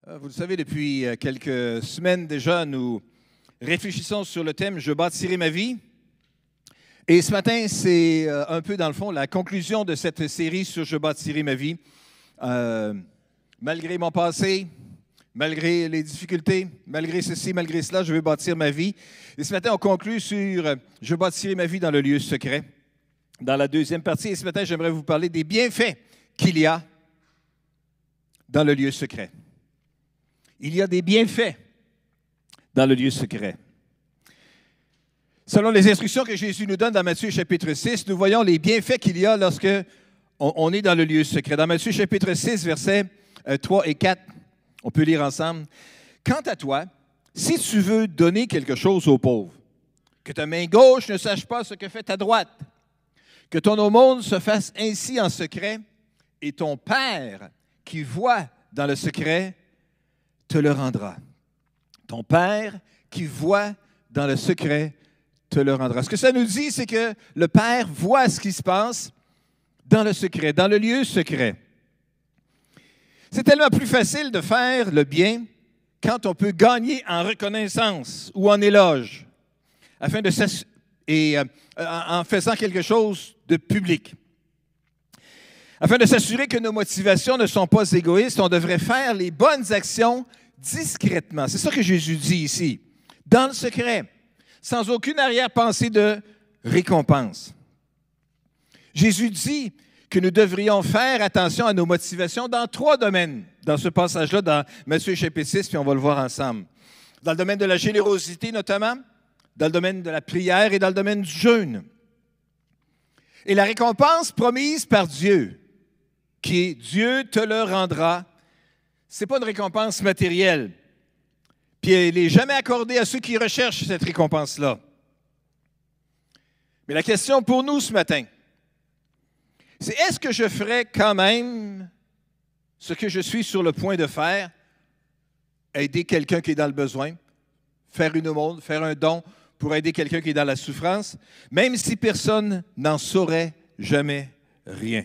Vous le savez, depuis quelques semaines déjà, nous réfléchissons sur le thème « Je bâtirai ma vie ». Et ce matin, c'est un peu, dans le fond, la conclusion de cette série sur « Je bâtirai ma vie ». Malgré mon passé, malgré les difficultés, malgré ceci, malgré cela, je veux bâtir ma vie. Et ce matin, on conclut sur « Je bâtirai ma vie dans le lieu secret ». Dans la deuxième partie, et ce matin, j'aimerais vous parler des bienfaits qu'il y a dans le lieu secret. Il y a des bienfaits dans le lieu secret. Selon les instructions que Jésus nous donne dans Matthieu chapitre 6, nous voyons les bienfaits qu'il y a lorsque on est dans le lieu secret. Dans Matthieu chapitre 6, versets 3 et 4, on peut lire ensemble. « Quant à toi, si tu veux donner quelque chose aux pauvres, que ta main gauche ne sache pas ce que fait ta droite, que ton aumône se fasse ainsi en secret, et ton Père qui voit dans le secret te le rendra. » Ton Père qui voit dans le secret te le rendra. Ce que ça nous dit, c'est que le Père voit ce qui se passe dans le secret, dans le lieu secret. C'est tellement plus facile de faire le bien quand on peut gagner en reconnaissance ou en éloge, en faisant quelque chose de public. Afin de s'assurer que nos motivations ne sont pas égoïstes, on devrait faire les bonnes actions discrètement. C'est ça que Jésus dit ici, dans le secret, sans aucune arrière-pensée de récompense. Jésus dit que nous devrions faire attention à nos motivations dans 3 domaines, dans ce passage-là, dans Matthieu chapitre 6, puis on va le voir ensemble. Dans le domaine de la générosité notamment, dans le domaine de la prière et dans le domaine du jeûne. Et la récompense promise par Dieu, qui est « Dieu te le rendra », ce n'est pas une récompense matérielle. Puis elle n'est jamais accordée à ceux qui recherchent cette récompense-là. Mais la question pour nous ce matin, c'est est-ce que je ferai quand même ce que je suis sur le point de faire, aider quelqu'un qui est dans le besoin, faire une aumône, faire un don pour aider quelqu'un qui est dans la souffrance, même si personne n'en saurait jamais rien.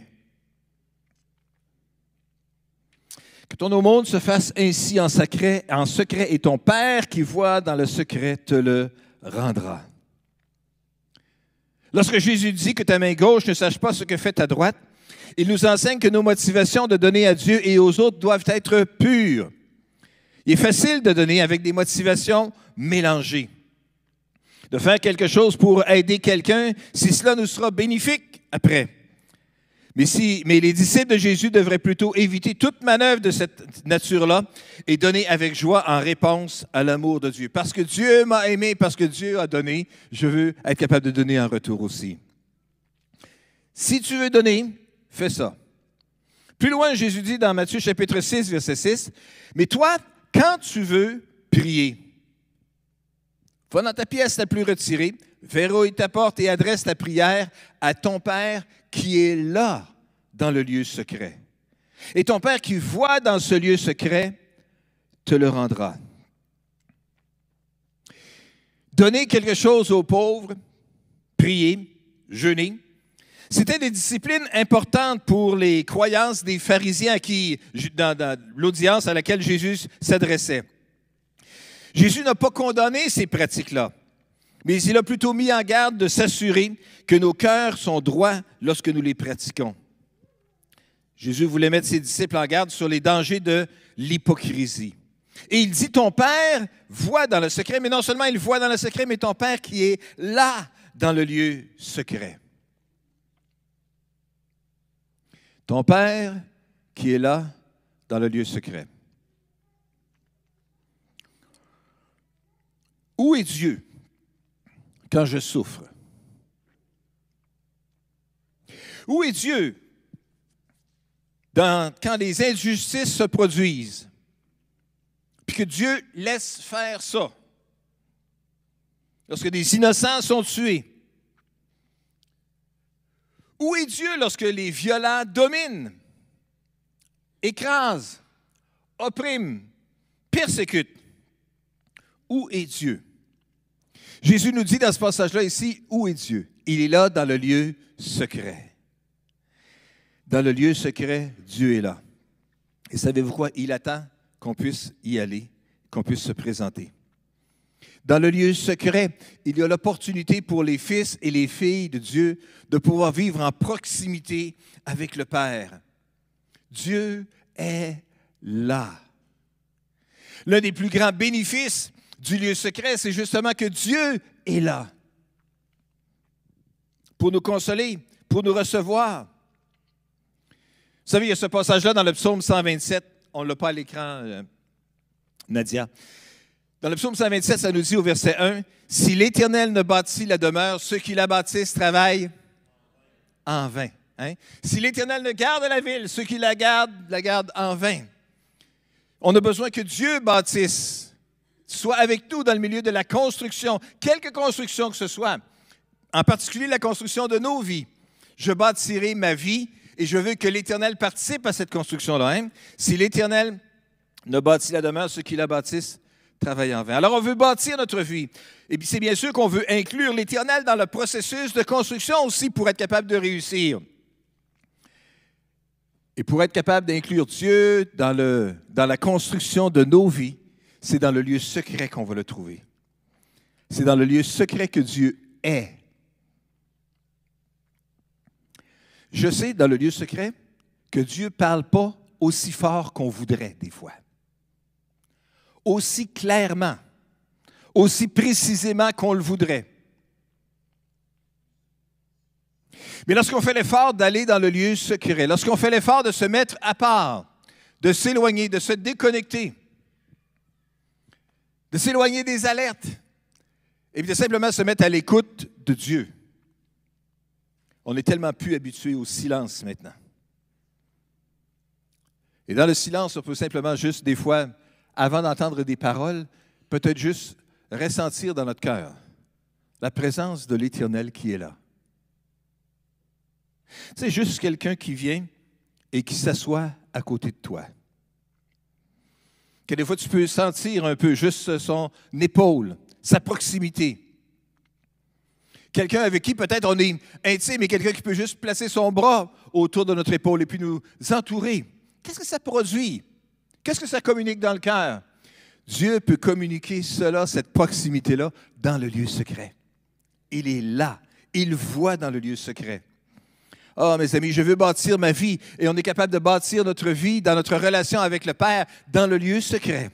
Que ton aumône se fasse ainsi en secret, et ton Père qui voit dans le secret te le rendra. Lorsque Jésus dit que ta main gauche ne sache pas ce que fait ta droite, il nous enseigne que nos motivations de donner à Dieu et aux autres doivent être pures. Il est facile de donner avec des motivations mélangées. De faire quelque chose pour aider quelqu'un si cela nous sera bénéfique après. Mais les disciples de Jésus devraient plutôt éviter toute manœuvre de cette nature-là et donner avec joie en réponse à l'amour de Dieu. Parce que Dieu m'a aimé, parce que Dieu a donné, je veux être capable de donner en retour aussi. Si tu veux donner, fais ça. Plus loin, Jésus dit dans Matthieu chapitre 6, verset 6, « Mais toi, quand tu veux prier, va dans ta pièce la plus retirée, verrouille ta porte et adresse ta prière à ton Père qui est là, dans le lieu secret. Et ton Père qui voit dans ce lieu secret te le rendra. » Donner quelque chose aux pauvres, prier, jeûner, c'était des disciplines importantes pour les croyances des pharisiens dans l'audience à laquelle Jésus s'adressait. Jésus n'a pas condamné ces pratiques-là, mais il a plutôt mis en garde de s'assurer que nos cœurs sont droits lorsque nous les pratiquons. Jésus voulait mettre ses disciples en garde sur les dangers de l'hypocrisie. Et il dit, ton Père voit dans le secret, mais non seulement il voit dans le secret, mais ton Père qui est là dans le lieu secret. Ton Père qui est là dans le lieu secret. Où est Dieu quand je souffre? Où est Dieu quand les injustices se produisent? Puis que Dieu laisse faire ça. Lorsque des innocents sont tués. Où est Dieu lorsque les violents dominent, écrasent, oppriment, persécutent? Où est Dieu? Jésus nous dit dans ce passage-là ici, où est Dieu? Il est là dans le lieu secret. Dans le lieu secret, Dieu est là. Et savez-vous quoi? Il attend qu'on puisse y aller, qu'on puisse se présenter. Dans le lieu secret, il y a l'opportunité pour les fils et les filles de Dieu de pouvoir vivre en proximité avec le Père. Dieu est là. L'un des plus grands bénéfices du lieu secret, c'est justement que Dieu est là pour nous consoler, pour nous recevoir. Vous savez, il y a ce passage-là dans le psaume 127. On ne l'a pas à l'écran, Nadia. Dans le psaume 127, ça nous dit au verset 1, « Si l'Éternel ne bâtit la demeure, ceux qui la bâtissent travaillent en vain. Hein? Si l'Éternel ne garde la ville, ceux qui la gardent en vain. » On a besoin que Dieu bâtisse, soit avec nous dans le milieu de la construction, quelque construction que ce soit, en particulier la construction de nos vies. Je bâtirai ma vie et je veux que l'Éternel participe à cette construction-là. Hein? Si l'Éternel ne bâtit la demeure, ceux qui la bâtissent travaillent en vain. Alors, on veut bâtir notre vie. Et puis, c'est bien sûr qu'on veut inclure l'Éternel dans le processus de construction aussi pour être capable de réussir. Et pour être capable d'inclure Dieu dans la construction de nos vies, c'est dans le lieu secret qu'on va le trouver. C'est dans le lieu secret que Dieu est. Je sais, dans le lieu secret, que Dieu ne parle pas aussi fort qu'on voudrait des fois. Aussi clairement, aussi précisément qu'on le voudrait. Mais lorsqu'on fait l'effort d'aller dans le lieu secret, lorsqu'on fait l'effort de se mettre à part, de s'éloigner, de se déconnecter, de s'éloigner des alertes, et puis de simplement se mettre à l'écoute de Dieu. On est tellement plus habitué au silence maintenant. Et dans le silence, on peut simplement juste, des fois, avant d'entendre des paroles, peut-être juste ressentir dans notre cœur la présence de l'Éternel qui est là. C'est juste quelqu'un qui vient et qui s'assoit à côté de toi. Que des fois, tu peux sentir un peu juste son épaule, sa proximité. Quelqu'un avec qui peut-être on est intime, et quelqu'un qui peut juste placer son bras autour de notre épaule et puis nous entourer. Qu'est-ce que ça produit? Qu'est-ce que ça communique dans le cœur? Dieu peut communiquer cela, cette proximité-là, dans le lieu secret. Il est là. Il voit dans le lieu secret. Ah, mes amis, je veux bâtir ma vie et on est capable de bâtir notre vie dans notre relation avec le Père dans le lieu secret.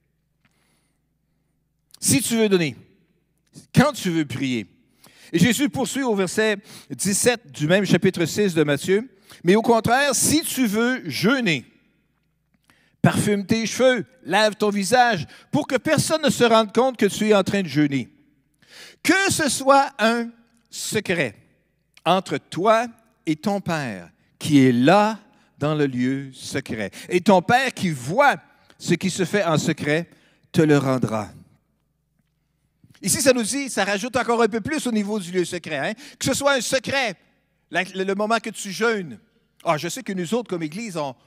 Si tu veux donner, quand tu veux prier. Et Jésus poursuit au verset 17 du même chapitre 6 de Matthieu. Mais au contraire, si tu veux jeûner, parfume tes cheveux, lave ton visage pour que personne ne se rende compte que tu es en train de jeûner. Que ce soit un secret entre toi et ton Père qui est là dans le lieu secret. Et ton Père qui voit ce qui se fait en secret te le rendra. Ici, ça nous dit, ça rajoute encore un peu plus au niveau du lieu secret. Hein? Que ce soit un secret, le moment que tu jeûnes. Ah, je sais que nous autres, comme Église, on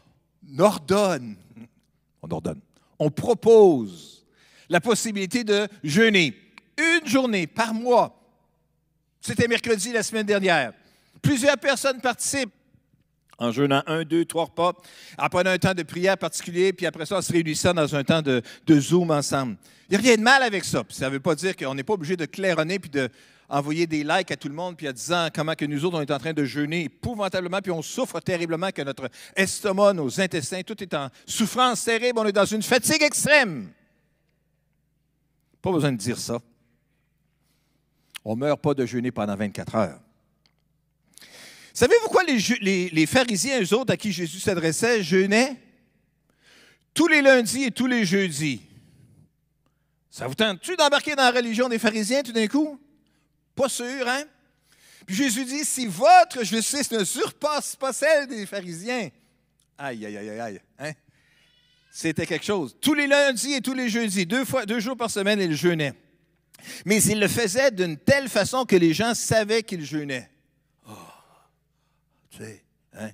propose la possibilité de jeûner une journée par mois. C'était mercredi la semaine dernière. Plusieurs personnes participent en jeûnant 1, 2, 3 repas, en prenant un temps de prière particulier, puis après ça, en se réunissant dans un temps de Zoom ensemble. Il n'y a rien de mal avec ça. Puis ça ne veut pas dire qu'on n'est pas obligé de claironner puis d'envoyer des likes à tout le monde puis en disant comment que nous autres, on est en train de jeûner épouvantablement puis on souffre terriblement, que notre estomac, nos intestins, tout est en souffrance terrible. On est dans une fatigue extrême. Pas besoin de dire ça. On ne meurt pas de jeûner pendant 24 heures. Savez-vous quoi, les pharisiens, eux autres, à qui Jésus s'adressait, jeûnaient tous les lundis et tous les jeudis. Ça vous tente-tu d'embarquer dans la religion des pharisiens tout d'un coup? Pas sûr, hein? Puis Jésus dit, si votre justice ne surpasse pas celle des pharisiens, aïe, aïe, aïe, aïe, hein? C'était quelque chose. Tous les lundis et tous les jeudis, 2 jours par semaine, ils jeûnaient. Mais ils le faisaient d'une telle façon que les gens savaient qu'ils jeûnaient. Oh, tu sais, hein?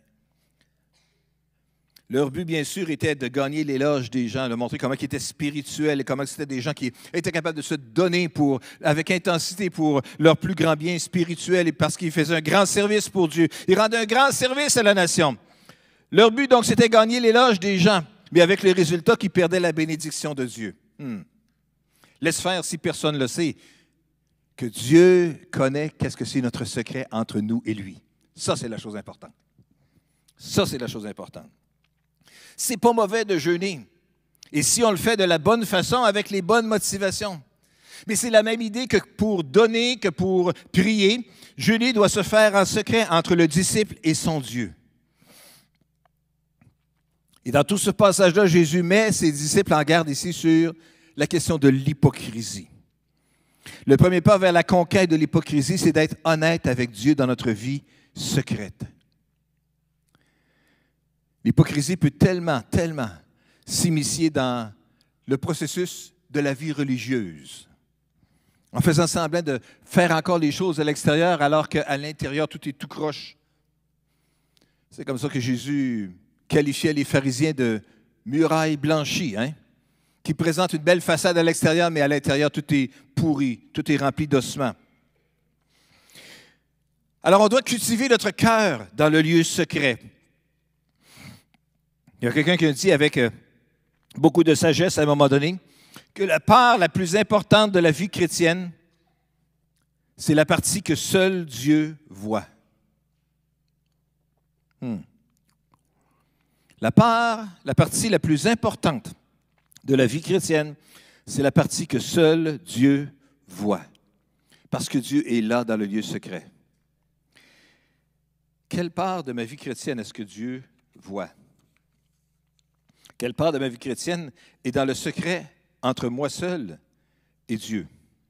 Leur but, bien sûr, était de gagner l'éloge des gens, de montrer comment ils étaient spirituels et comment c'était des gens qui étaient capables de se donner avec intensité pour leur plus grand bien spirituel et parce qu'ils faisaient un grand service pour Dieu. Ils rendaient un grand service à la nation. Leur but, donc, c'était de gagner l'éloge des gens. mais avec le résultat qu'il perdait la bénédiction de Dieu. Laisse faire si personne ne le sait, que Dieu connaît qu'est-ce que c'est notre secret entre nous et lui. Ça, c'est la chose importante. Ça, c'est la chose importante. C'est pas mauvais de jeûner. Et si on le fait de la bonne façon, avec les bonnes motivations. Mais c'est la même idée que pour donner, que pour prier. Jeûner doit se faire en secret entre le disciple et son Dieu. Et dans tout ce passage-là, Jésus met ses disciples en garde ici sur la question de l'hypocrisie. Le premier pas vers la conquête de l'hypocrisie, c'est d'être honnête avec Dieu dans notre vie secrète. L'hypocrisie peut tellement s'immiscer dans le processus de la vie religieuse, en faisant semblant de faire encore les choses à l'extérieur alors qu'à l'intérieur, tout est tout croche. C'est comme ça que Jésus qualifiait les pharisiens de murailles blanchies, qui présentent une belle façade à l'extérieur, mais à l'intérieur, tout est pourri, tout est rempli d'ossements. Alors, on doit cultiver notre cœur dans le lieu secret. Il y a quelqu'un qui a dit avec beaucoup de sagesse à un moment donné que la part la plus importante de la vie chrétienne, c'est la partie que seul Dieu voit. La partie la plus importante de la vie chrétienne, c'est la partie que seul Dieu voit. Parce que Dieu est là dans le lieu secret. Quelle part de ma vie chrétienne est-ce que Dieu voit? Quelle part de ma vie chrétienne est dans le secret entre moi seul et Dieu?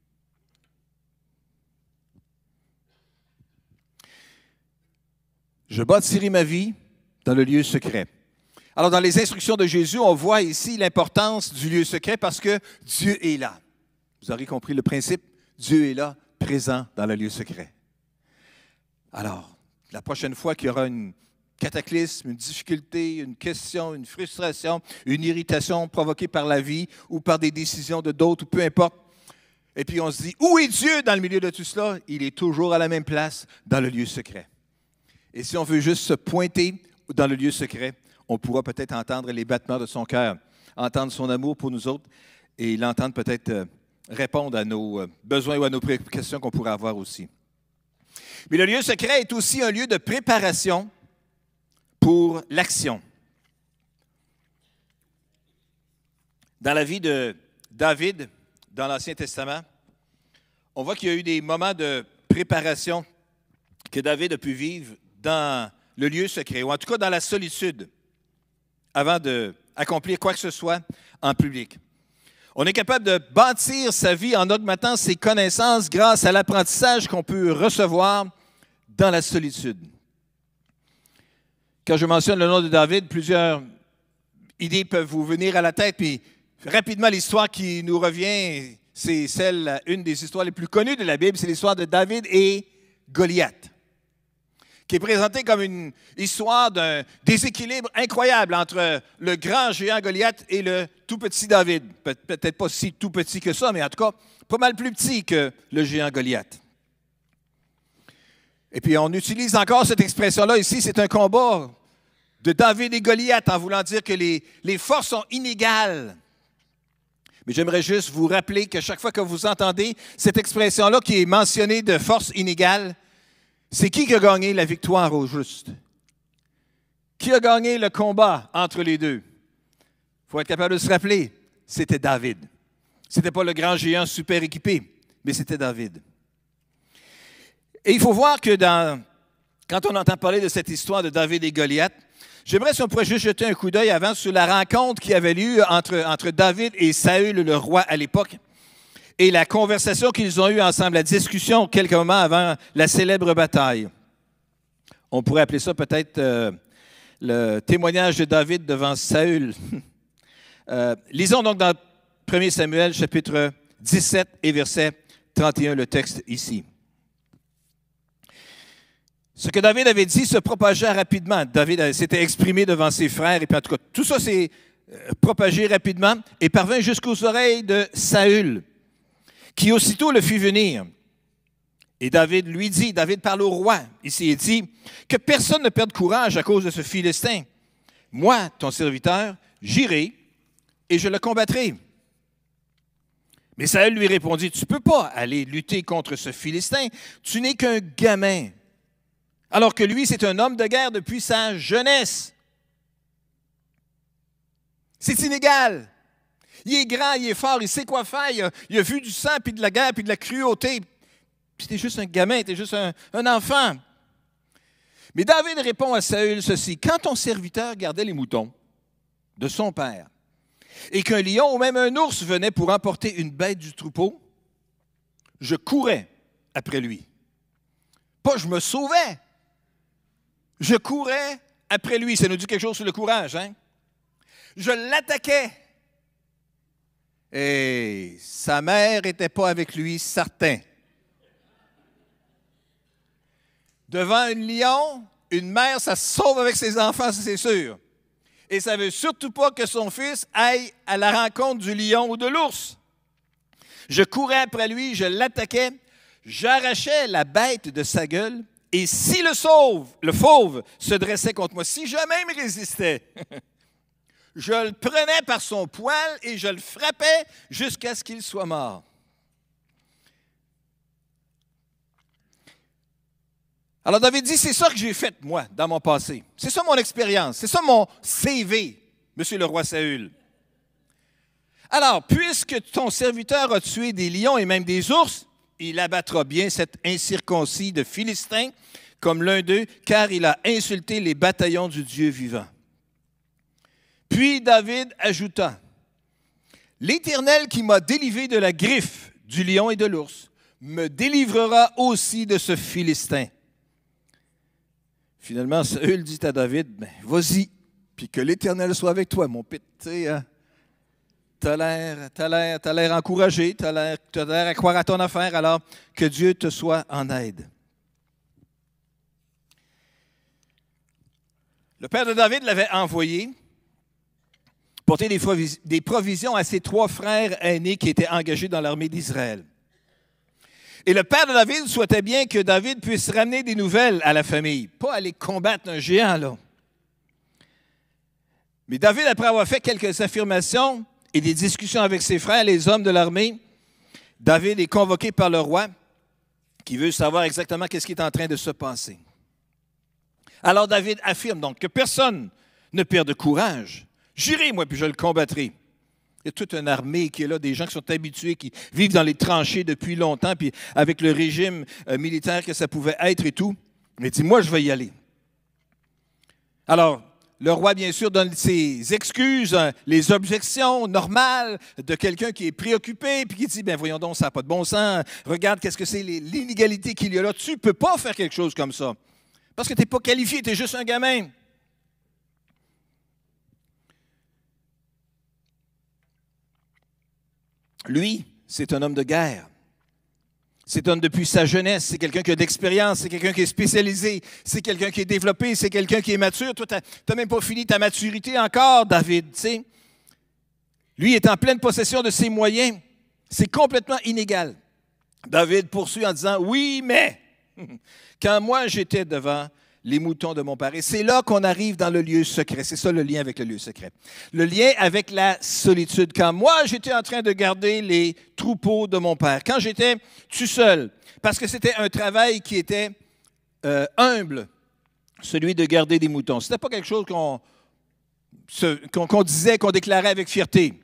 Je bâtirai ma vie dans le lieu secret. Alors, dans les instructions de Jésus, on voit ici l'importance du lieu secret parce que Dieu est là. Vous aurez compris le principe? Dieu est là, présent dans le lieu secret. Alors, la prochaine fois qu'il y aura une cataclysme, une difficulté, une question, une frustration, une irritation provoquée par la vie ou par des décisions de d'autres, ou peu importe, et puis on se dit, où est Dieu dans le milieu de tout cela? Il est toujours à la même place, dans le lieu secret. Et si on veut juste se pointer dans le lieu secret, on pourra peut-être entendre les battements de son cœur, entendre son amour pour nous autres et l'entendre peut-être répondre à nos besoins ou à nos préoccupations qu'on pourrait avoir aussi. Mais le lieu secret est aussi un lieu de préparation pour l'action. Dans la vie de David, dans l'Ancien Testament, on voit qu'il y a eu des moments de préparation que David a pu vivre dans le lieu secret, ou en tout cas dans la solitude, avant d'accomplir quoi que ce soit en public. On est capable de bâtir sa vie en augmentant ses connaissances grâce à l'apprentissage qu'on peut recevoir dans la solitude. Quand je mentionne le nom de David, plusieurs idées peuvent vous venir à la tête, puis rapidement, l'histoire qui nous revient, c'est une des histoires les plus connues de la Bible, c'est l'histoire de David et Goliath, qui est présentée comme une histoire d'un déséquilibre incroyable entre le grand géant Goliath et le tout petit David. Peut-être pas si tout petit que ça, mais en tout cas, pas mal plus petit que le géant Goliath. Et puis, on utilise encore cette expression-là ici, c'est un combat de David et Goliath, en voulant dire que les forces sont inégales. Mais j'aimerais juste vous rappeler que chaque fois que vous entendez cette expression-là qui est mentionnée de force inégale, c'est qui a gagné la victoire au juste? Qui a gagné le combat entre les deux? Il faut être capable de se rappeler, c'était David. Ce n'était pas le grand géant super équipé, mais c'était David. Et il faut voir que quand on entend parler de cette histoire de David et Goliath, j'aimerais si on pourrait juste jeter un coup d'œil avant sur la rencontre qui avait lieu entre David et Saül, le roi à l'époque, et la conversation qu'ils ont eue ensemble, la discussion quelques moments avant la célèbre bataille. On pourrait appeler ça peut-être le témoignage de David devant Saül. Lisons donc dans 1 Samuel, chapitre 17 et verset 31, le texte ici. Ce que David avait dit se propagea rapidement. David s'était exprimé devant ses frères, et puis en tout cas, tout ça s'est propagé rapidement et parvint jusqu'aux oreilles de Saül, qui aussitôt le fit venir. Et David lui dit, David parle au roi ici, il dit, que personne ne perde courage à cause de ce Philistin. Moi, ton serviteur, j'irai et je le combattrai. Mais Saül lui répondit, tu ne peux pas aller lutter contre ce Philistin, tu n'es qu'un gamin. Alors que lui, c'est un homme de guerre depuis sa jeunesse. C'est inégal. Il est grand, il est fort, il sait quoi faire, il a vu du sang, puis de la guerre, puis de la cruauté. Puis t'es juste un gamin, t'es juste un enfant. Mais David répond à Saül ceci, quand ton serviteur gardait les moutons de son père, et qu'un lion ou même un ours venait pour emporter une bête du troupeau, je courais après lui. Pas je me sauvais. Je courais après lui. Ça nous dit quelque chose sur le courage, hein? Je l'attaquais. Et sa mère n'était pas avec lui, certain. Devant un lion, une mère, ça se sauve avec ses enfants, c'est sûr. Et ça ne veut surtout pas que son fils aille à la rencontre du lion ou de l'ours. Je courais après lui, je l'attaquais, j'arrachais la bête de sa gueule, et si le fauve se dressait contre moi, si jamais il me résistait, je le prenais par son poil et je le frappais jusqu'à ce qu'il soit mort. Alors David dit, c'est ça que j'ai fait, moi, dans mon passé. C'est ça mon expérience, c'est ça mon CV, monsieur le roi Saül. Alors, puisque ton serviteur a tué des lions et même des ours, il abattra bien cet incirconcis de Philistin comme l'un d'eux, car il a insulté les bataillons du Dieu vivant. Puis David ajouta, « L'Éternel qui m'a délivré de la griffe du lion et de l'ours me délivrera aussi de ce Philistin. » Finalement, Saül dit à David, ben, « Vas-y, puis que l'Éternel soit avec toi, mon pit. » Tu as l'air encouragé, tu as l'air à croire à ton affaire, alors que Dieu te soit en aide. Le père de David l'avait envoyé porter des provisions à ses 3 frères aînés qui étaient engagés dans l'armée d'Israël. Et le père de David souhaitait bien que David puisse ramener des nouvelles à la famille, pas aller combattre un géant, là. Mais David, après avoir fait quelques affirmations et des discussions avec ses frères, les hommes de l'armée, David est convoqué par le roi qui veut savoir exactement qu'est-ce qui est en train de se passer. Alors David affirme donc que personne ne perde courage. J'irai, moi, puis je le combattrai. Il y a toute une armée qui est là, des gens qui sont habitués, qui vivent dans les tranchées depuis longtemps, puis avec le régime militaire que ça pouvait être et tout. Mais il dit, moi, je vais y aller. Alors, le roi, bien sûr, donne ses excuses, les objections normales de quelqu'un qui est préoccupé, puis qui dit, bien, voyons donc, ça n'a pas de bon sens. Regarde, qu'est-ce que c'est l'inégalité qu'il y a là. Tu ne peux pas faire quelque chose comme ça. Parce que tu n'es pas qualifié, tu es juste un gamin. Lui, c'est un homme de guerre. C'est un homme depuis sa jeunesse. C'est quelqu'un qui a d'expérience. C'est quelqu'un qui est spécialisé. C'est quelqu'un qui est développé. C'est quelqu'un qui est mature. Toi, tu n'as même pas fini ta maturité encore, David. T'sais. Lui est en pleine possession de ses moyens. C'est complètement inégal. David poursuit en disant, « Oui, mais quand moi j'étais devant les moutons de mon père. » Et c'est là qu'on arrive dans le lieu secret. C'est ça le lien avec le lieu secret. Le lien avec la solitude. Quand moi, j'étais en train de garder les troupeaux de mon père, quand j'étais tout seul, parce que c'était un travail qui était humble, celui de garder des moutons. Ce n'était pas quelque chose qu'on disait, qu'on déclarait avec fierté.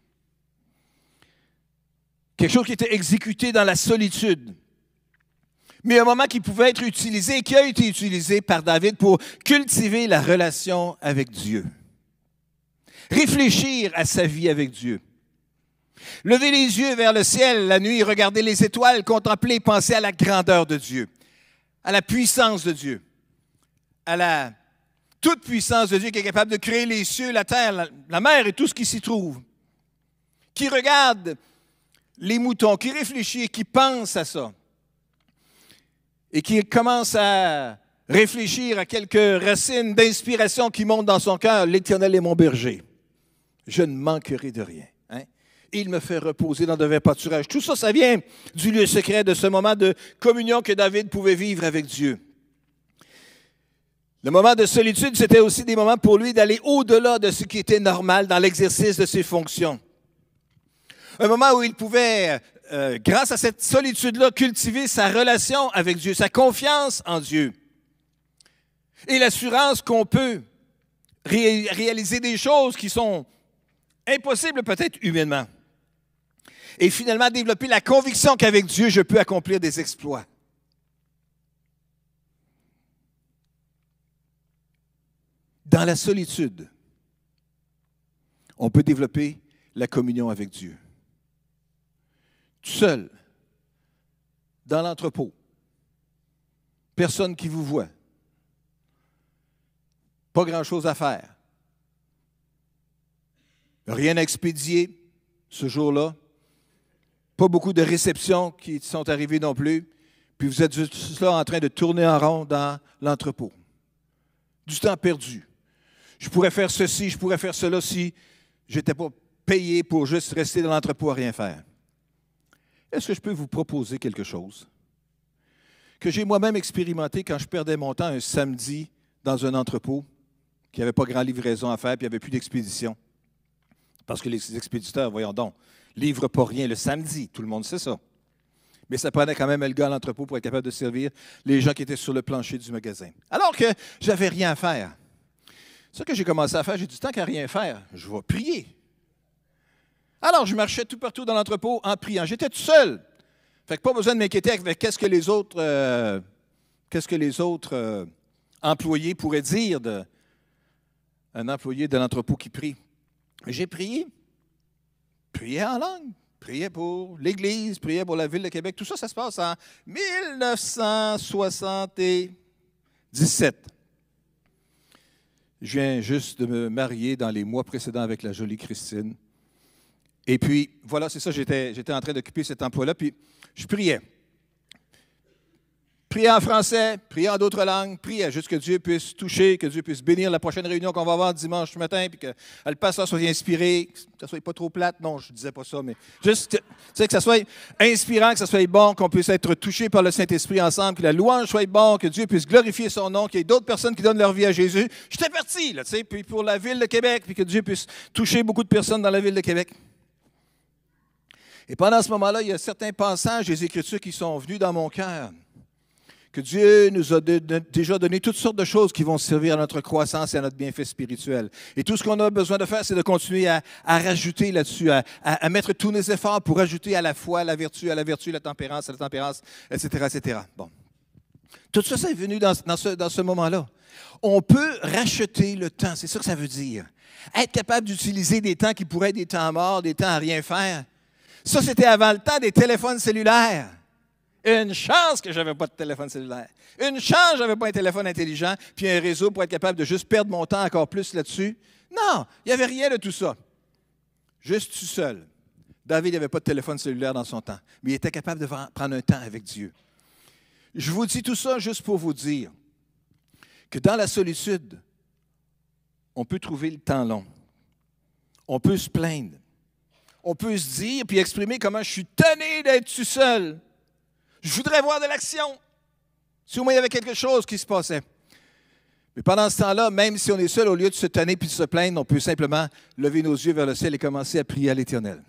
Quelque chose qui était exécuté dans la solitude. Mais un moment qui pouvait être utilisé, qui a été utilisé par David pour cultiver la relation avec Dieu. Réfléchir à sa vie avec Dieu. Lever les yeux vers le ciel la nuit, regarder les étoiles, contempler, penser à la grandeur de Dieu, à la puissance de Dieu, à la toute puissance de Dieu qui est capable de créer les cieux, la terre, la mer et tout ce qui s'y trouve. Qui regarde les moutons, qui réfléchit, qui pense à ça. Et qui commence à réfléchir à quelques racines d'inspiration qui montent dans son cœur. L'Éternel est mon berger. Je ne manquerai de rien. Hein? Il me fait reposer dans de verts pâturages. Tout ça, ça vient du lieu secret, de ce moment de communion que David pouvait vivre avec Dieu. Le moment de solitude, c'était aussi des moments pour lui d'aller au-delà de ce qui était normal dans l'exercice de ses fonctions. Un moment où il pouvait, grâce à cette solitude-là, cultiver sa relation avec Dieu, sa confiance en Dieu et l'assurance qu'on peut réaliser des choses qui sont impossibles peut-être humainement. Et finalement, développer la conviction qu'avec Dieu, je peux accomplir des exploits. Dans la solitude, on peut développer la communion avec Dieu. Tout seul, dans l'entrepôt, personne qui vous voit, pas grand-chose à faire, rien à expédier ce jour-là, pas beaucoup de réceptions qui sont arrivées non plus, puis vous êtes juste là en train de tourner en rond dans l'entrepôt. Du temps perdu. Je pourrais faire ceci, je pourrais faire cela si je n'étais pas payé pour juste rester dans l'entrepôt à rien faire. Est-ce que je peux vous proposer quelque chose que j'ai moi-même expérimenté quand je perdais mon temps un samedi dans un entrepôt qui n'avait pas grand livraison à faire puis il n'y avait plus d'expédition? Parce que les expéditeurs, voyons donc, livrent pas rien le samedi, tout le monde sait ça. Mais ça prenait quand même le gars à l'entrepôt pour être capable de servir les gens qui étaient sur le plancher du magasin. Alors que je n'avais rien à faire. Ce que j'ai commencé à faire, j'ai du temps qu'à rien faire. Je vais prier. Alors, je marchais tout partout dans l'entrepôt en priant. J'étais tout seul. Fait que pas besoin de m'inquiéter avec qu'est-ce que les autres employés pourraient dire d'un employé de l'entrepôt qui prie. J'ai prié. Prié en langue. Prié pour l'Église, prié pour la Ville de Québec. Tout ça, ça se passe en 1977. Je viens juste de me marier dans les mois précédents avec la jolie Christine. Et puis, voilà, c'est ça, j'étais en train d'occuper cet emploi-là, puis je priais. Priais en français, priais en d'autres langues, priais juste que Dieu puisse toucher, que Dieu puisse bénir la prochaine réunion qu'on va avoir dimanche matin, puis que le pasteur soit inspiré, que ça soit pas trop plate. Non, je ne disais pas ça, mais juste que ça soit inspirant, que ça soit bon, qu'on puisse être touché par le Saint-Esprit ensemble, que la louange soit bon, que Dieu puisse glorifier son nom, qu'il y ait d'autres personnes qui donnent leur vie à Jésus. J'étais parti, là, tu sais, puis pour la Ville de Québec, puis que Dieu puisse toucher beaucoup de personnes dans la Ville de Québec. Et pendant ce moment-là, il y a certains passages des Écritures qui sont venus dans mon cœur. Que Dieu nous a déjà donné toutes sortes de choses qui vont servir à notre croissance et à notre bienfait spirituel. Et tout ce qu'on a besoin de faire, c'est de continuer à rajouter là-dessus, à mettre tous nos efforts pour ajouter à la foi, à la vertu, la tempérance, etc., etc. Bon. Tout ça, c'est venu dans ce moment-là. On peut racheter le temps, c'est ça que ça veut dire. Être capable d'utiliser des temps qui pourraient être des temps morts, des temps à rien faire. Ça, c'était avant le temps des téléphones cellulaires. Une chance que je n'avais pas de téléphone cellulaire. Une chance que je n'avais pas un téléphone intelligent puis un réseau pour être capable de juste perdre mon temps encore plus là-dessus. Non, il n'y avait rien de tout ça. Juste tout seul. David n'avait pas de téléphone cellulaire dans son temps, mais il était capable de prendre un temps avec Dieu. Je vous dis tout ça juste pour vous dire que dans la solitude, on peut trouver le temps long. On peut se plaindre. On peut se dire puis exprimer comment je suis tanné d'être tout seul. Je voudrais voir de l'action. Si au moins il y avait quelque chose qui se passait. Mais pendant ce temps-là, même si on est seul, au lieu de se tanner puis de se plaindre, on peut simplement lever nos yeux vers le ciel et commencer à prier à l'Éternel.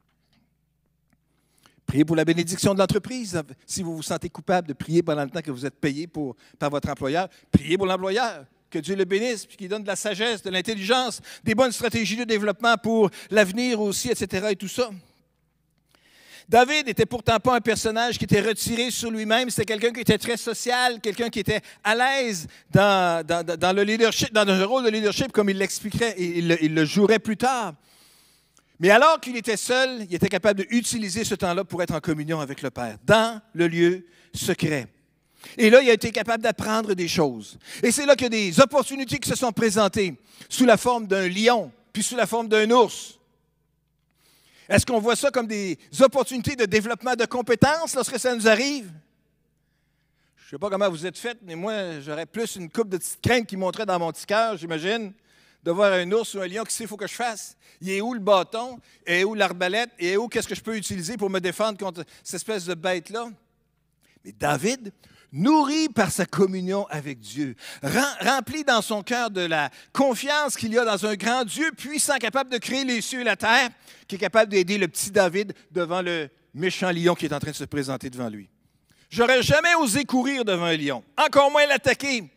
Priez pour la bénédiction de l'entreprise. Si vous vous sentez coupable de prier pendant le temps que vous êtes payé par votre employeur, priez pour l'employeur. Que Dieu le bénisse, puis qu'il donne de la sagesse, de l'intelligence, des bonnes stratégies de développement pour l'avenir aussi, etc. et tout ça. David n'était pourtant pas un personnage qui était retiré sur lui-même. C'était quelqu'un qui était très social, quelqu'un qui était à l'aise dans le leadership, dans un rôle de leadership, comme il l'expliquerait et il le jouerait plus tard. Mais alors qu'il était seul, il était capable d'utiliser ce temps-là pour être en communion avec le Père, dans le lieu secret. Et là, il a été capable d'apprendre des choses. Et c'est là qu'il y a des opportunités qui se sont présentées sous la forme d'un lion, puis sous la forme d'un ours. Est-ce qu'on voit ça comme des opportunités de développement de compétences lorsque ça nous arrive? Je ne sais pas comment vous êtes faites, mais moi, j'aurais plus une coupe de petites craintes qui montraient dans mon petit cœur, j'imagine, de voir un ours ou un lion, qu'est-ce qu'il faut que je fasse? Il est où le bâton? Et où l'arbalète? Et où qu'est-ce que je peux utiliser pour me défendre contre cette espèce de bête-là? Mais David, nourri par sa communion avec Dieu, rempli dans son cœur de la confiance qu'il y a dans un grand Dieu puissant, capable de créer les cieux et la terre, qui est capable d'aider le petit David devant le méchant lion qui est en train de se présenter devant lui. J'aurais jamais osé courir devant un lion, encore moins l'attaquer,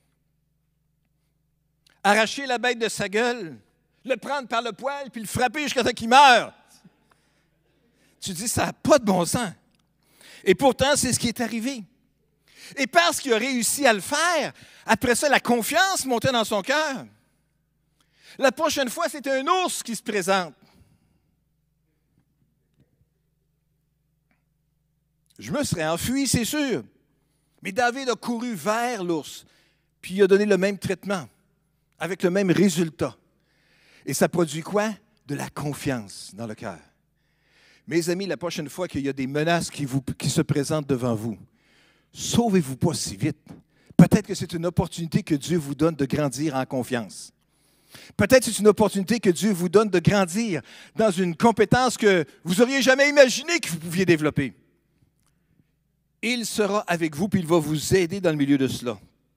arracher la bête de sa gueule, le prendre par le poil puis le frapper jusqu'à ce qu'il meure. Tu dis, ça n'a pas de bon sens. Et pourtant, c'est ce qui est arrivé. Et parce qu'il a réussi à le faire, après ça, la confiance montait dans son cœur. La prochaine fois, c'est un ours qui se présente. Je me serais enfui, c'est sûr. Mais David a couru vers l'ours, puis il a donné le même traitement, avec le même résultat. Et ça produit quoi? De la confiance dans le cœur. Mes amis, la prochaine fois qu'il y a des menaces qui se présentent devant vous, sauvez-vous pas si vite. Peut-être que c'est une opportunité que Dieu vous donne de grandir en confiance. Peut-être que c'est une opportunité que Dieu vous donne de grandir dans une compétence que vous n'auriez jamais imaginé que vous pouviez développer. Il sera avec vous, puis il va vous aider dans le milieu de cela.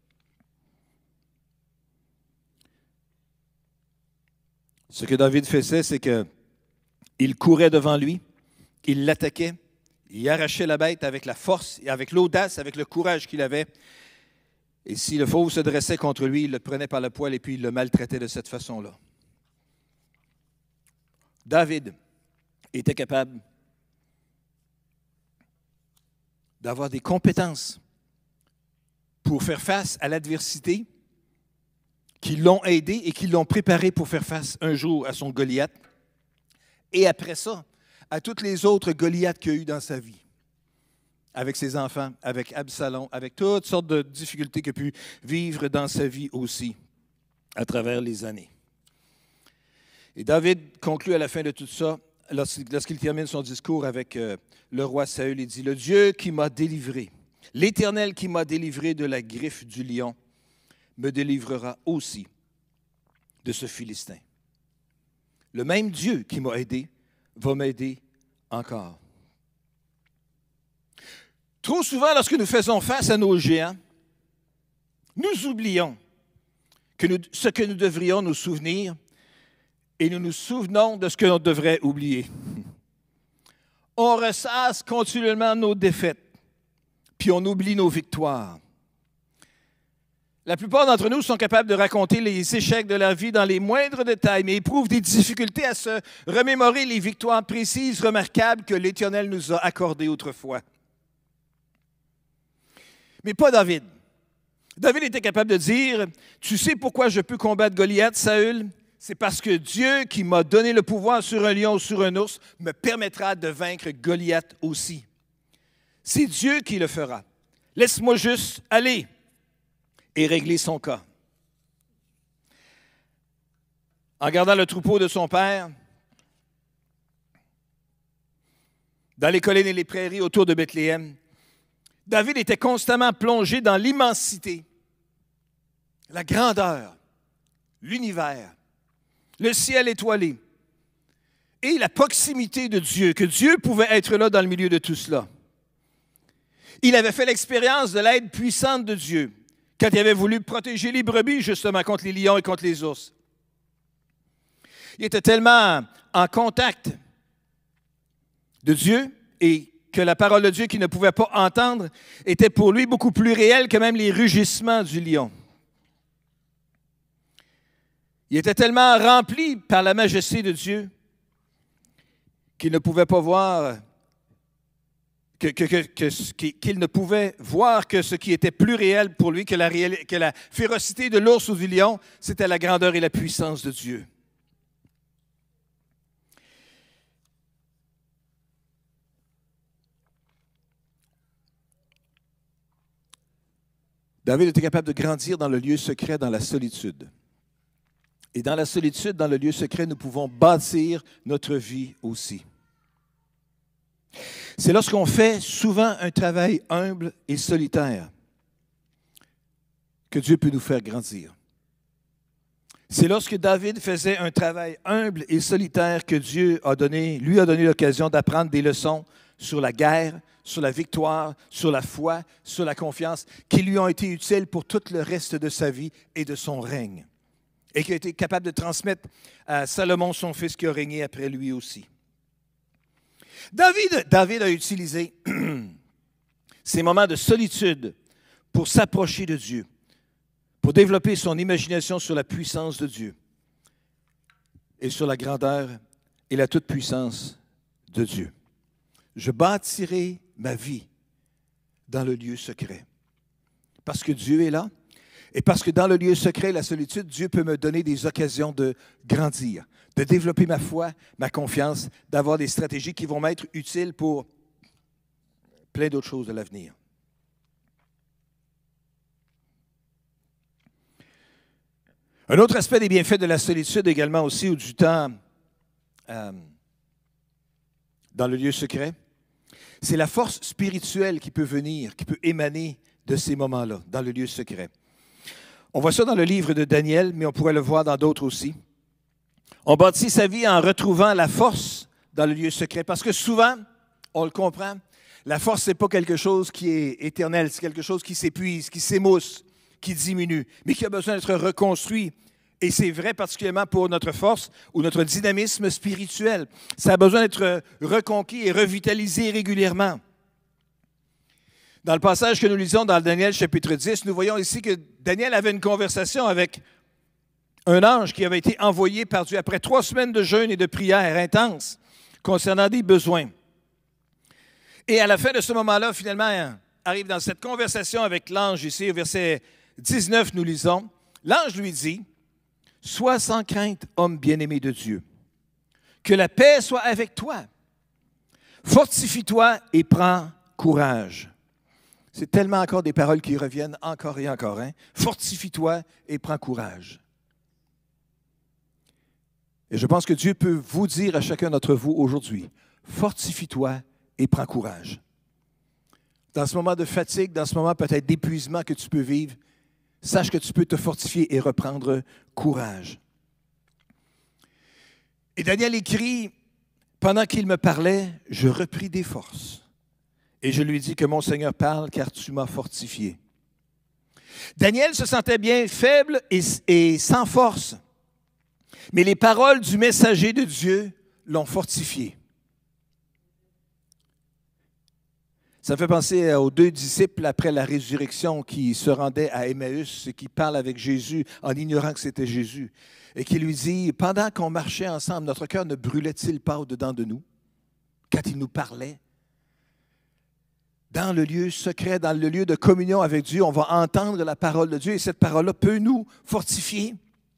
Ce que David faisait, c'est qu'il courait devant lui, il l'attaquait, il arrachait la bête avec la force, et avec l'audace, avec le courage qu'il avait. Et si le fauve se dressait contre lui, il le prenait par le poil et puis il le maltraitait de cette façon-là. David était capable d'avoir des compétences pour faire face à l'adversité, qui l'ont aidé et qui l'ont préparé pour faire face un jour à son Goliath. Et après ça, à toutes les autres Goliaths qu'il y a eu dans sa vie. Avec ses enfants, avec Absalom, avec toutes sortes de difficultés qu'il a pu vivre dans sa vie aussi, à travers les années. Et David conclut à la fin de tout ça, lorsqu'il termine son discours avec le roi Saül, il dit « Le Dieu qui m'a délivré, l'Éternel qui m'a délivré de la griffe du lion, me délivrera aussi de ce Philistin. Le même Dieu qui m'a aidé va m'aider encore. » Trop souvent, lorsque nous faisons face à nos géants, nous oublions ce que nous devrions nous souvenir et nous nous souvenons de ce que l'on devrait oublier. On ressasse continuellement nos défaites, puis on oublie nos victoires. La plupart d'entre nous sont capables de raconter les échecs de leur vie dans les moindres détails, mais éprouvent des difficultés à se remémorer les victoires précises, remarquables que l'Éternel nous a accordées autrefois. Mais pas David. David était capable de dire, « Tu sais pourquoi je peux combattre Goliath, Saül? C'est parce que Dieu qui m'a donné le pouvoir sur un lion ou sur un ours me permettra de vaincre Goliath aussi. C'est Dieu qui le fera. Laisse-moi juste aller et régler son cas. » En gardant le troupeau de son père, dans les collines et les prairies autour de Bethléem, David était constamment plongé dans l'immensité, la grandeur, l'univers, le ciel étoilé et la proximité de Dieu, que Dieu pouvait être là dans le milieu de tout cela. Il avait fait l'expérience de l'aide puissante de Dieu quand il avait voulu protéger les brebis justement contre les lions et contre les ours. Il était tellement en contact de Dieu et que la parole de Dieu qu'il ne pouvait pas entendre était pour lui beaucoup plus réelle que même les rugissements du lion. Il était tellement rempli par la majesté de Dieu qu'il ne pouvait pas voir, qu'il ne pouvait voir que ce qui était plus réel pour lui que la férocité de l'ours ou du lion, c'était la grandeur et la puissance de Dieu. David était capable de grandir dans le lieu secret, dans la solitude. Et dans la solitude, dans le lieu secret, nous pouvons bâtir notre vie aussi. C'est lorsqu'on fait souvent un travail humble et solitaire que Dieu peut nous faire grandir. C'est lorsque David faisait un travail humble et solitaire que Dieu lui a donné l'occasion d'apprendre des leçons sur la guerre, sur la victoire, sur la foi, sur la confiance, qui lui ont été utiles pour tout le reste de sa vie et de son règne, et qui a été capable de transmettre à Salomon, son fils, qui a régné après lui aussi. David a utilisé ces moments de solitude pour s'approcher de Dieu, pour développer son imagination sur la puissance de Dieu et sur la grandeur et la toute-puissance de Dieu. Je bâtirai ma vie dans le lieu secret. Parce que Dieu est là et parce que dans le lieu secret, la solitude, Dieu peut me donner des occasions de grandir, de développer ma foi, ma confiance, d'avoir des stratégies qui vont m'être utiles pour plein d'autres choses de l'avenir. Un autre aspect des bienfaits de la solitude également aussi, ou du temps dans le lieu secret, c'est la force spirituelle qui peut venir, qui peut émaner de ces moments-là, dans le lieu secret. On voit ça dans le livre de Daniel, mais on pourrait le voir dans d'autres aussi. On bâtit sa vie en retrouvant la force dans le lieu secret, parce que souvent, on le comprend, la force, ce n'est pas quelque chose qui est éternel, c'est quelque chose qui s'épuise, qui s'émousse, qui diminue, mais qui a besoin d'être reconstruit. Et c'est vrai particulièrement pour notre force ou notre dynamisme spirituel. Ça a besoin d'être reconquis et revitalisé régulièrement. Dans le passage que nous lisons dans Daniel chapitre 10, nous voyons ici que Daniel avait une conversation avec un ange qui avait été envoyé par Dieu après 3 semaines de jeûne et de prière intense concernant des besoins. Et à la fin de ce moment-là, finalement, arrive dans cette conversation avec l'ange ici, au verset 19, nous lisons, l'ange lui dit, « Sois sans crainte, homme bien-aimé de Dieu. Que la paix soit avec toi. Fortifie-toi et prends courage. » C'est tellement encore des paroles qui reviennent encore et encore. Hein? Fortifie-toi et prends courage. Et je pense que Dieu peut vous dire à chacun d'entre vous aujourd'hui, fortifie-toi et prends courage. Dans ce moment de fatigue, dans ce moment peut-être d'épuisement que tu peux vivre, sache que tu peux te fortifier et reprendre courage. Et Daniel écrit, pendant qu'il me parlait, je repris des forces. Et je lui dis que mon Seigneur parle, car tu m'as fortifié. Daniel se sentait bien faible et sans force. Mais les paroles du messager de Dieu l'ont fortifié. Ça me fait penser aux 2 disciples après la résurrection qui se rendaient à Emmaüs et qui parlent avec Jésus en ignorant que c'était Jésus. Et qui lui dit, pendant qu'on marchait ensemble, notre cœur ne brûlait-il pas au-dedans de nous quand il nous parlait? Dans le lieu secret, dans le lieu de communion avec Dieu, on va entendre la parole de Dieu et cette parole-là peut nous fortifier.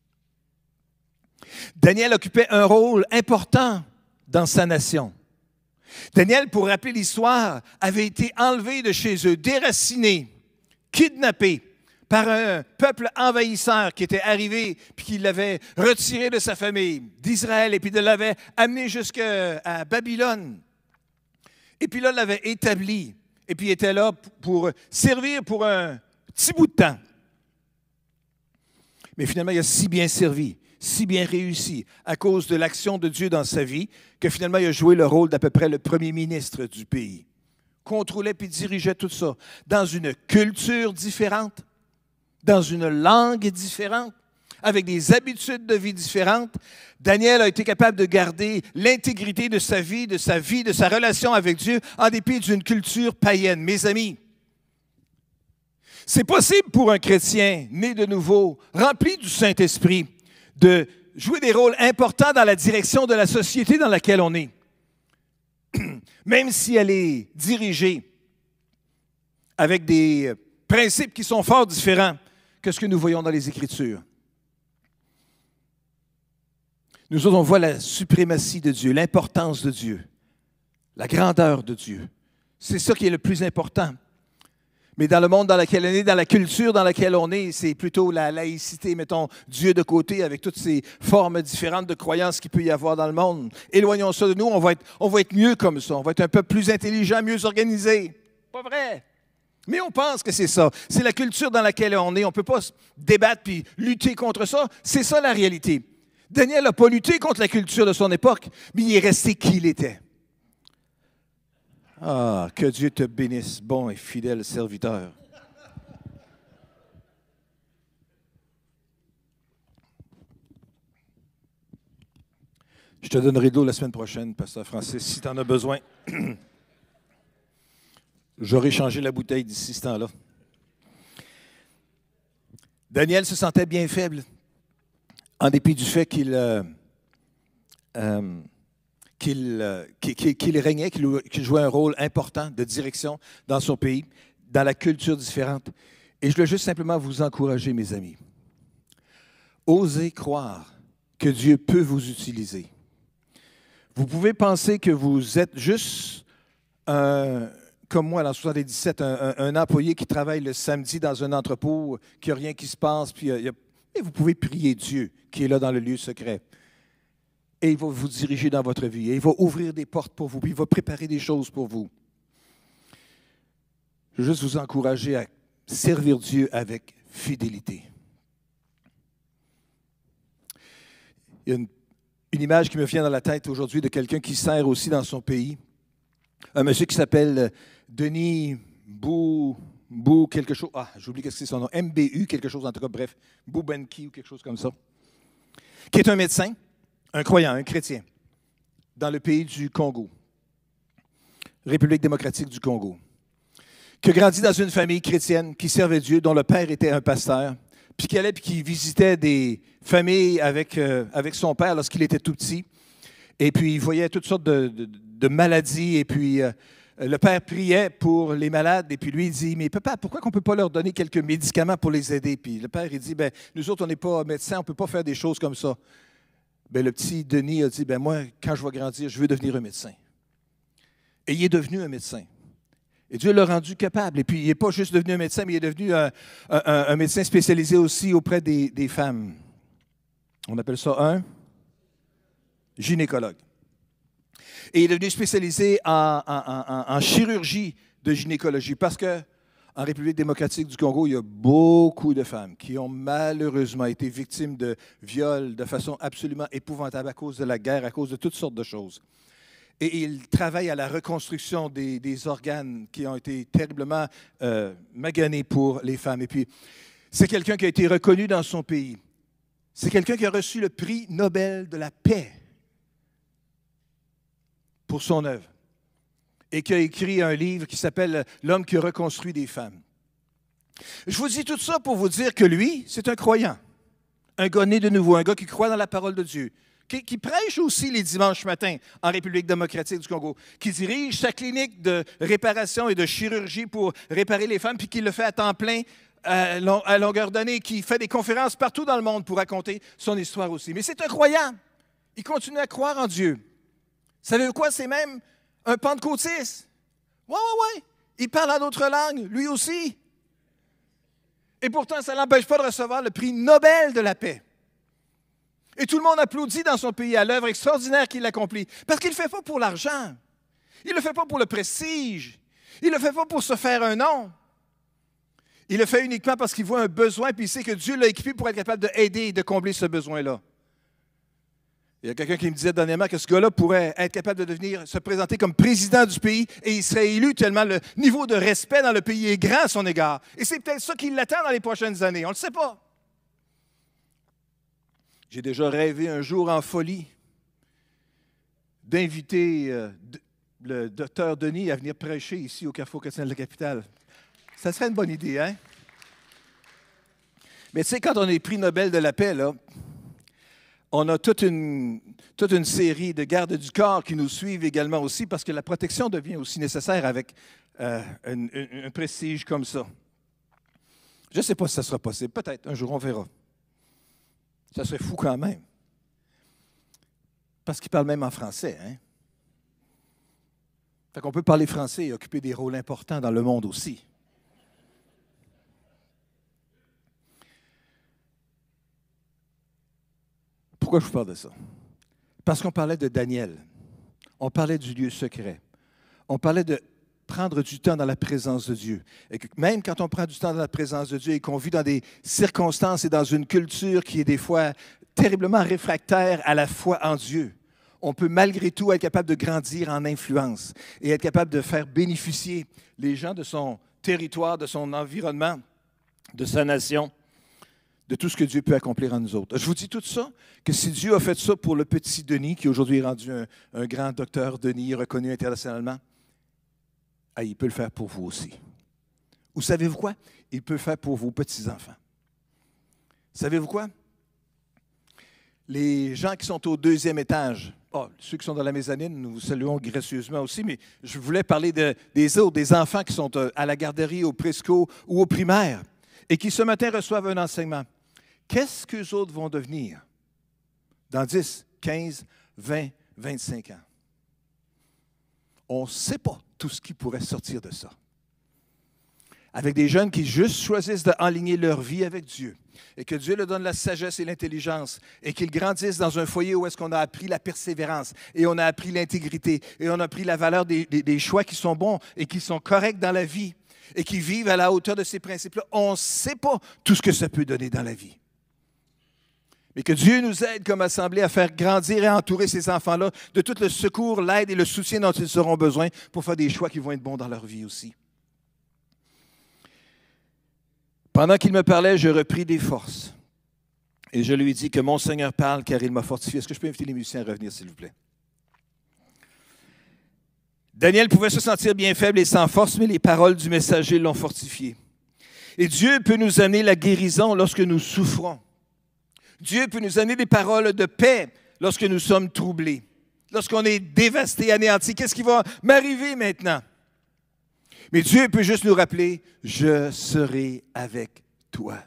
Daniel occupait un rôle important dans sa nation. Daniel, pour rappeler l'histoire, avait été enlevé de chez eux, déraciné, kidnappé par un peuple envahisseur qui était arrivé puis qui l'avait retiré de sa famille d'Israël et puis l'avait amené jusqu'à Babylone. Et puis là, l'avait établi. Et puis il était là pour servir pour un petit bout de temps. Mais finalement, il a si bien servi, si bien réussi à cause de l'action de Dieu dans sa vie que finalement, il a joué le rôle d'à peu près le premier ministre du pays. Contrôlait puis dirigeait tout ça dans une culture différente, dans une langue différente, avec des habitudes de vie différentes. Daniel a été capable de garder l'intégrité de sa vie, de sa relation avec Dieu, en dépit d'une culture païenne. Mes amis, c'est possible pour un chrétien né de nouveau, rempli du Saint-Esprit, de jouer des rôles importants dans la direction de la société dans laquelle on est, même si elle est dirigée avec des principes qui sont fort différents que ce que nous voyons dans les Écritures. Nous autres, on voit la suprématie de Dieu, l'importance de Dieu, la grandeur de Dieu. C'est ça qui est le plus important. Mais dans le monde dans lequel on est, dans la culture dans laquelle on est, c'est plutôt la laïcité. Mettons Dieu de côté avec toutes ces formes différentes de croyances qu'il peut y avoir dans le monde. Éloignons ça de nous, on va être mieux comme ça. On va être un peu plus intelligent, mieux organisé. Pas vrai. Mais on pense que c'est ça. C'est la culture dans laquelle on est. On ne peut pas se débattre puis lutter contre ça. C'est ça la réalité. Daniel n'a pas lutté contre la culture de son époque, mais il est resté qui il était. Ah, que Dieu te bénisse, bon et fidèle serviteur. Je te donnerai de l'eau la semaine prochaine, Pasteur Francis, si tu en as besoin. J'aurai changé la bouteille d'ici ce temps-là. Daniel se sentait bien faible, en dépit du fait qu'il régnait, qu'il jouait un rôle important de direction dans son pays, dans la culture différente. Et je voulais juste simplement vous encourager, mes amis. Osez croire que Dieu peut vous utiliser. Vous pouvez penser que vous êtes juste, comme moi, en 1977, un employé qui travaille le samedi dans un entrepôt, qu'il n'y a rien qui se passe, mais vous pouvez prier Dieu qui est là dans le lieu secret. Et il va vous diriger dans votre vie. Et il va ouvrir des portes pour vous. Puis il va préparer des choses pour vous. Je veux juste vous encourager à servir Dieu avec fidélité. Il y a une image qui me vient dans la tête aujourd'hui de quelqu'un qui sert aussi dans son pays. Un monsieur qui s'appelle Denis Bou quelque chose. Ah, j'oublie ce que c'est son nom. MBU, quelque chose en tout cas, bref. Boubenki ou quelque chose comme ça. Qui est un médecin. Un croyant, un chrétien, dans le pays du Congo, République démocratique du Congo, qui a grandi dans une famille chrétienne qui servait Dieu, dont le père était un pasteur, puis qui allait puis qui visitait des familles avec son père lorsqu'il était tout petit. Et puis, il voyait toutes sortes de maladies. Et puis, le père priait pour les malades. Et puis, lui, il dit, « Mais papa, pourquoi on ne peut pas leur donner quelques médicaments pour les aider? » Puis le père, il dit, « Bien, nous autres, on n'est pas médecins, on ne peut pas faire des choses comme ça. » Bien, le petit Denis a dit, « Bien, moi, quand je vais grandir, je veux devenir un médecin. » Et il est devenu un médecin. Et Dieu l'a rendu capable. Et puis, il n'est pas juste devenu un médecin, mais il est devenu un médecin spécialisé aussi auprès des femmes. On appelle ça un gynécologue. Et il est devenu spécialisé en chirurgie de gynécologie parce que en République démocratique du Congo, il y a beaucoup de femmes qui ont malheureusement été victimes de viols de façon absolument épouvantable à cause de la guerre, à cause de toutes sortes de choses. Et il travaille à la reconstruction des organes qui ont été terriblement maganés pour les femmes. Et puis, c'est quelqu'un qui a été reconnu dans son pays. C'est quelqu'un qui a reçu le prix Nobel de la paix pour son œuvre. Et qui a écrit un livre qui s'appelle « L'homme qui a reconstruit des femmes ». Je vous dis tout ça pour vous dire que lui, c'est un croyant, un gars né de nouveau, un gars qui croit dans la parole de Dieu, qui prêche aussi les dimanches matins en République démocratique du Congo, qui dirige sa clinique de réparation et de chirurgie pour réparer les femmes, puis qui le fait à temps plein à longueur d'année, qui fait des conférences partout dans le monde pour raconter son histoire aussi. Mais c'est un croyant. Il continue à croire en Dieu. Savez-vous quoi? C'est même un pentecôtiste. Oui. Il parle en d'autres langues, lui aussi. Et pourtant, ça ne l'empêche pas de recevoir le prix Nobel de la paix. Et tout le monde applaudit dans son pays à l'œuvre extraordinaire qu'il accomplit. Parce qu'il ne le fait pas pour l'argent. Il ne le fait pas pour le prestige. Il ne le fait pas pour se faire un nom. Il le fait uniquement parce qu'il voit un besoin, puis il sait que Dieu l'a équipé pour être capable d'aider et de combler ce besoin-là. Il y a quelqu'un qui me disait dernièrement que ce gars-là pourrait être capable de se présenter comme président du pays et il serait élu tellement le niveau de respect dans le pays est grand à son égard. Et c'est peut-être ça qui l'attend dans les prochaines années. On ne le sait pas. J'ai déjà rêvé un jour en folie d'inviter le docteur Denis à venir prêcher ici au Carrefour chrétien de la capitale. Ça serait une bonne idée, hein? Mais tu sais, quand on est prix Nobel de la paix, là, on a toute une série de gardes du corps qui nous suivent également aussi parce que la protection devient aussi nécessaire avec un prestige comme ça. Je ne sais pas si ça sera possible. Peut-être, un jour, on verra. Ça serait fou quand même. Parce qu'ils parlent même en français, hein? Fait qu'on peut parler français et occuper des rôles importants dans le monde aussi. Pourquoi je vous parle de ça? Parce qu'on parlait de Daniel. On parlait du lieu secret. On parlait de prendre du temps dans la présence de Dieu. Et que même quand on prend du temps dans la présence de Dieu et qu'on vit dans des circonstances et dans une culture qui est des fois terriblement réfractaire à la foi en Dieu, on peut malgré tout être capable de grandir en influence et être capable de faire bénéficier les gens de son territoire, de son environnement, de sa nation, de tout ce que Dieu peut accomplir en nous autres. Je vous dis tout ça, que si Dieu a fait ça pour le petit Denis, qui aujourd'hui est rendu un grand docteur Denis, reconnu internationalement, il peut le faire pour vous aussi. Ou savez-vous quoi? Il peut le faire pour vos petits-enfants. Savez-vous quoi? Les gens qui sont au 2e étage, ceux qui sont dans la mezzanine, nous vous saluons gracieusement aussi, mais je voulais parler des autres, des enfants qui sont à la garderie, au présco ou au primaire et qui ce matin reçoivent un enseignement. Qu'est-ce qu'eux autres vont devenir dans 10, 15, 20, 25 ans? On ne sait pas tout ce qui pourrait sortir de ça. Avec des jeunes qui juste choisissent d'aligner leur vie avec Dieu et que Dieu leur donne la sagesse et l'intelligence et qu'ils grandissent dans un foyer où est-ce qu'on a appris la persévérance et on a appris l'intégrité et on a appris la valeur des choix qui sont bons et qui sont corrects dans la vie et qui vivent à la hauteur de ces principes-là. On ne sait pas tout ce que ça peut donner dans la vie. Mais que Dieu nous aide comme assemblée à faire grandir et à entourer ces enfants-là de tout le secours, l'aide et le soutien dont ils auront besoin pour faire des choix qui vont être bons dans leur vie aussi. Pendant qu'il me parlait, je repris des forces. Et je lui dis que mon Seigneur parle car il m'a fortifié. Est-ce que je peux inviter les musiciens à revenir, s'il vous plaît? Daniel pouvait se sentir bien faible et sans force, mais les paroles du messager l'ont fortifié. Et Dieu peut nous amener la guérison lorsque nous souffrons. Dieu peut nous amener des paroles de paix lorsque nous sommes troublés, lorsqu'on est dévasté, anéanti. Qu'est-ce qui va m'arriver maintenant? Mais Dieu peut juste nous rappeler, je serai avec toi.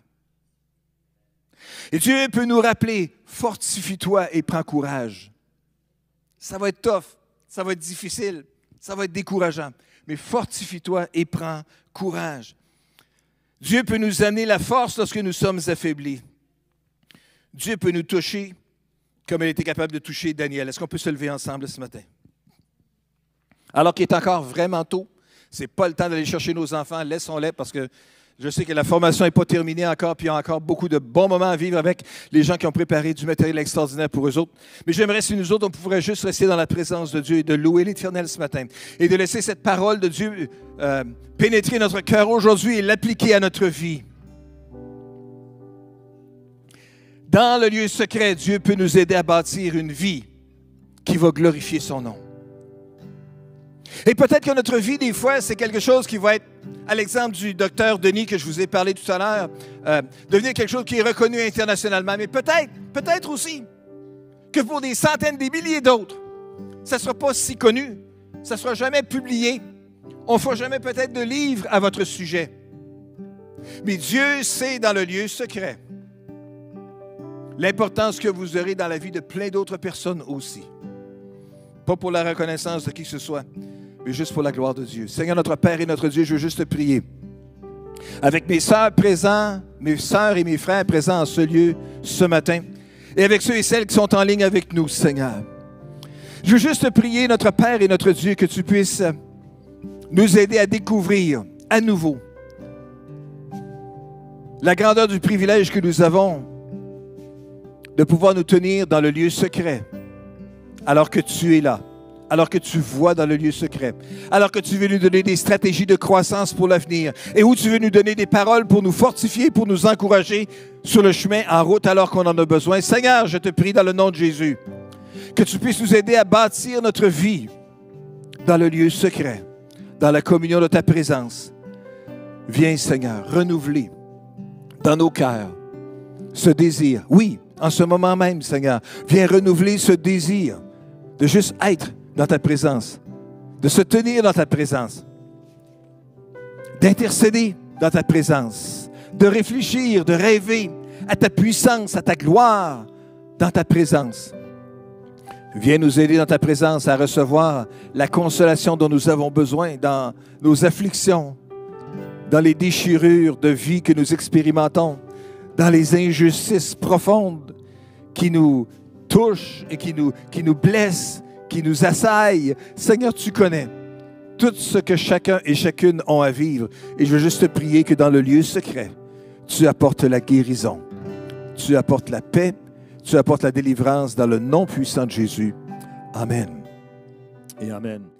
Et Dieu peut nous rappeler, fortifie-toi et prends courage. Ça va être tough, ça va être difficile, ça va être décourageant, mais fortifie-toi et prends courage. Dieu peut nous amener la force lorsque nous sommes affaiblis. Dieu peut nous toucher comme il était capable de toucher Daniel. Est-ce qu'on peut se lever ensemble ce matin? Alors qu'il est encore vraiment tôt, ce n'est pas le temps d'aller chercher nos enfants, laissons-les parce que je sais que la formation n'est pas terminée encore, puis il y a encore beaucoup de bons moments à vivre avec les gens qui ont préparé du matériel extraordinaire pour eux autres. Mais j'aimerais, si nous autres, on pourrait juste rester dans la présence de Dieu et de louer l'Éternel ce matin et de laisser cette parole de Dieu pénétrer notre cœur aujourd'hui et l'appliquer à notre vie. Dans le lieu secret, Dieu peut nous aider à bâtir une vie qui va glorifier son nom. Et peut-être que notre vie, des fois, c'est quelque chose qui va être, à l'exemple du docteur Denis que je vous ai parlé tout à l'heure, devenir quelque chose qui est reconnu internationalement. Mais peut-être aussi que pour des centaines, des milliers d'autres, ça ne sera pas si connu, ça ne sera jamais publié. On ne fera jamais peut-être de livre à votre sujet. Mais Dieu sait dans le lieu secret l'importance que vous aurez dans la vie de plein d'autres personnes aussi. Pas pour la reconnaissance de qui que ce soit, mais juste pour la gloire de Dieu. Seigneur notre Père et notre Dieu, je veux juste te prier. Avec mes sœurs présents, mes sœurs et mes frères présents en ce lieu ce matin, et avec ceux et celles qui sont en ligne avec nous, Seigneur. Je veux juste te prier, notre Père et notre Dieu, que tu puisses nous aider à découvrir à nouveau la grandeur du privilège que nous avons de pouvoir nous tenir dans le lieu secret, alors que tu es là, alors que tu vois dans le lieu secret, alors que tu veux nous donner des stratégies de croissance pour l'avenir, et où tu veux nous donner des paroles pour nous fortifier, pour nous encourager sur le chemin en route alors qu'on en a besoin. Seigneur, je te prie dans le nom de Jésus, que tu puisses nous aider à bâtir notre vie dans le lieu secret, dans la communion de ta présence. Viens, Seigneur, renouveler dans nos cœurs ce désir. Oui, en ce moment même, Seigneur, viens renouveler ce désir de juste être dans ta présence, de se tenir dans ta présence, d'intercéder dans ta présence, de réfléchir, de rêver à ta puissance, à ta gloire dans ta présence. Viens nous aider dans ta présence à recevoir la consolation dont nous avons besoin dans nos afflictions, dans les déchirures de vie que nous expérimentons, dans les injustices profondes qui nous touchent et qui nous blessent, qui nous assaillent. Seigneur, tu connais tout ce que chacun et chacune ont à vivre. Et je veux juste te prier que dans le lieu secret, tu apportes la guérison, tu apportes la paix, tu apportes la délivrance dans le nom puissant de Jésus. Amen. Et Amen.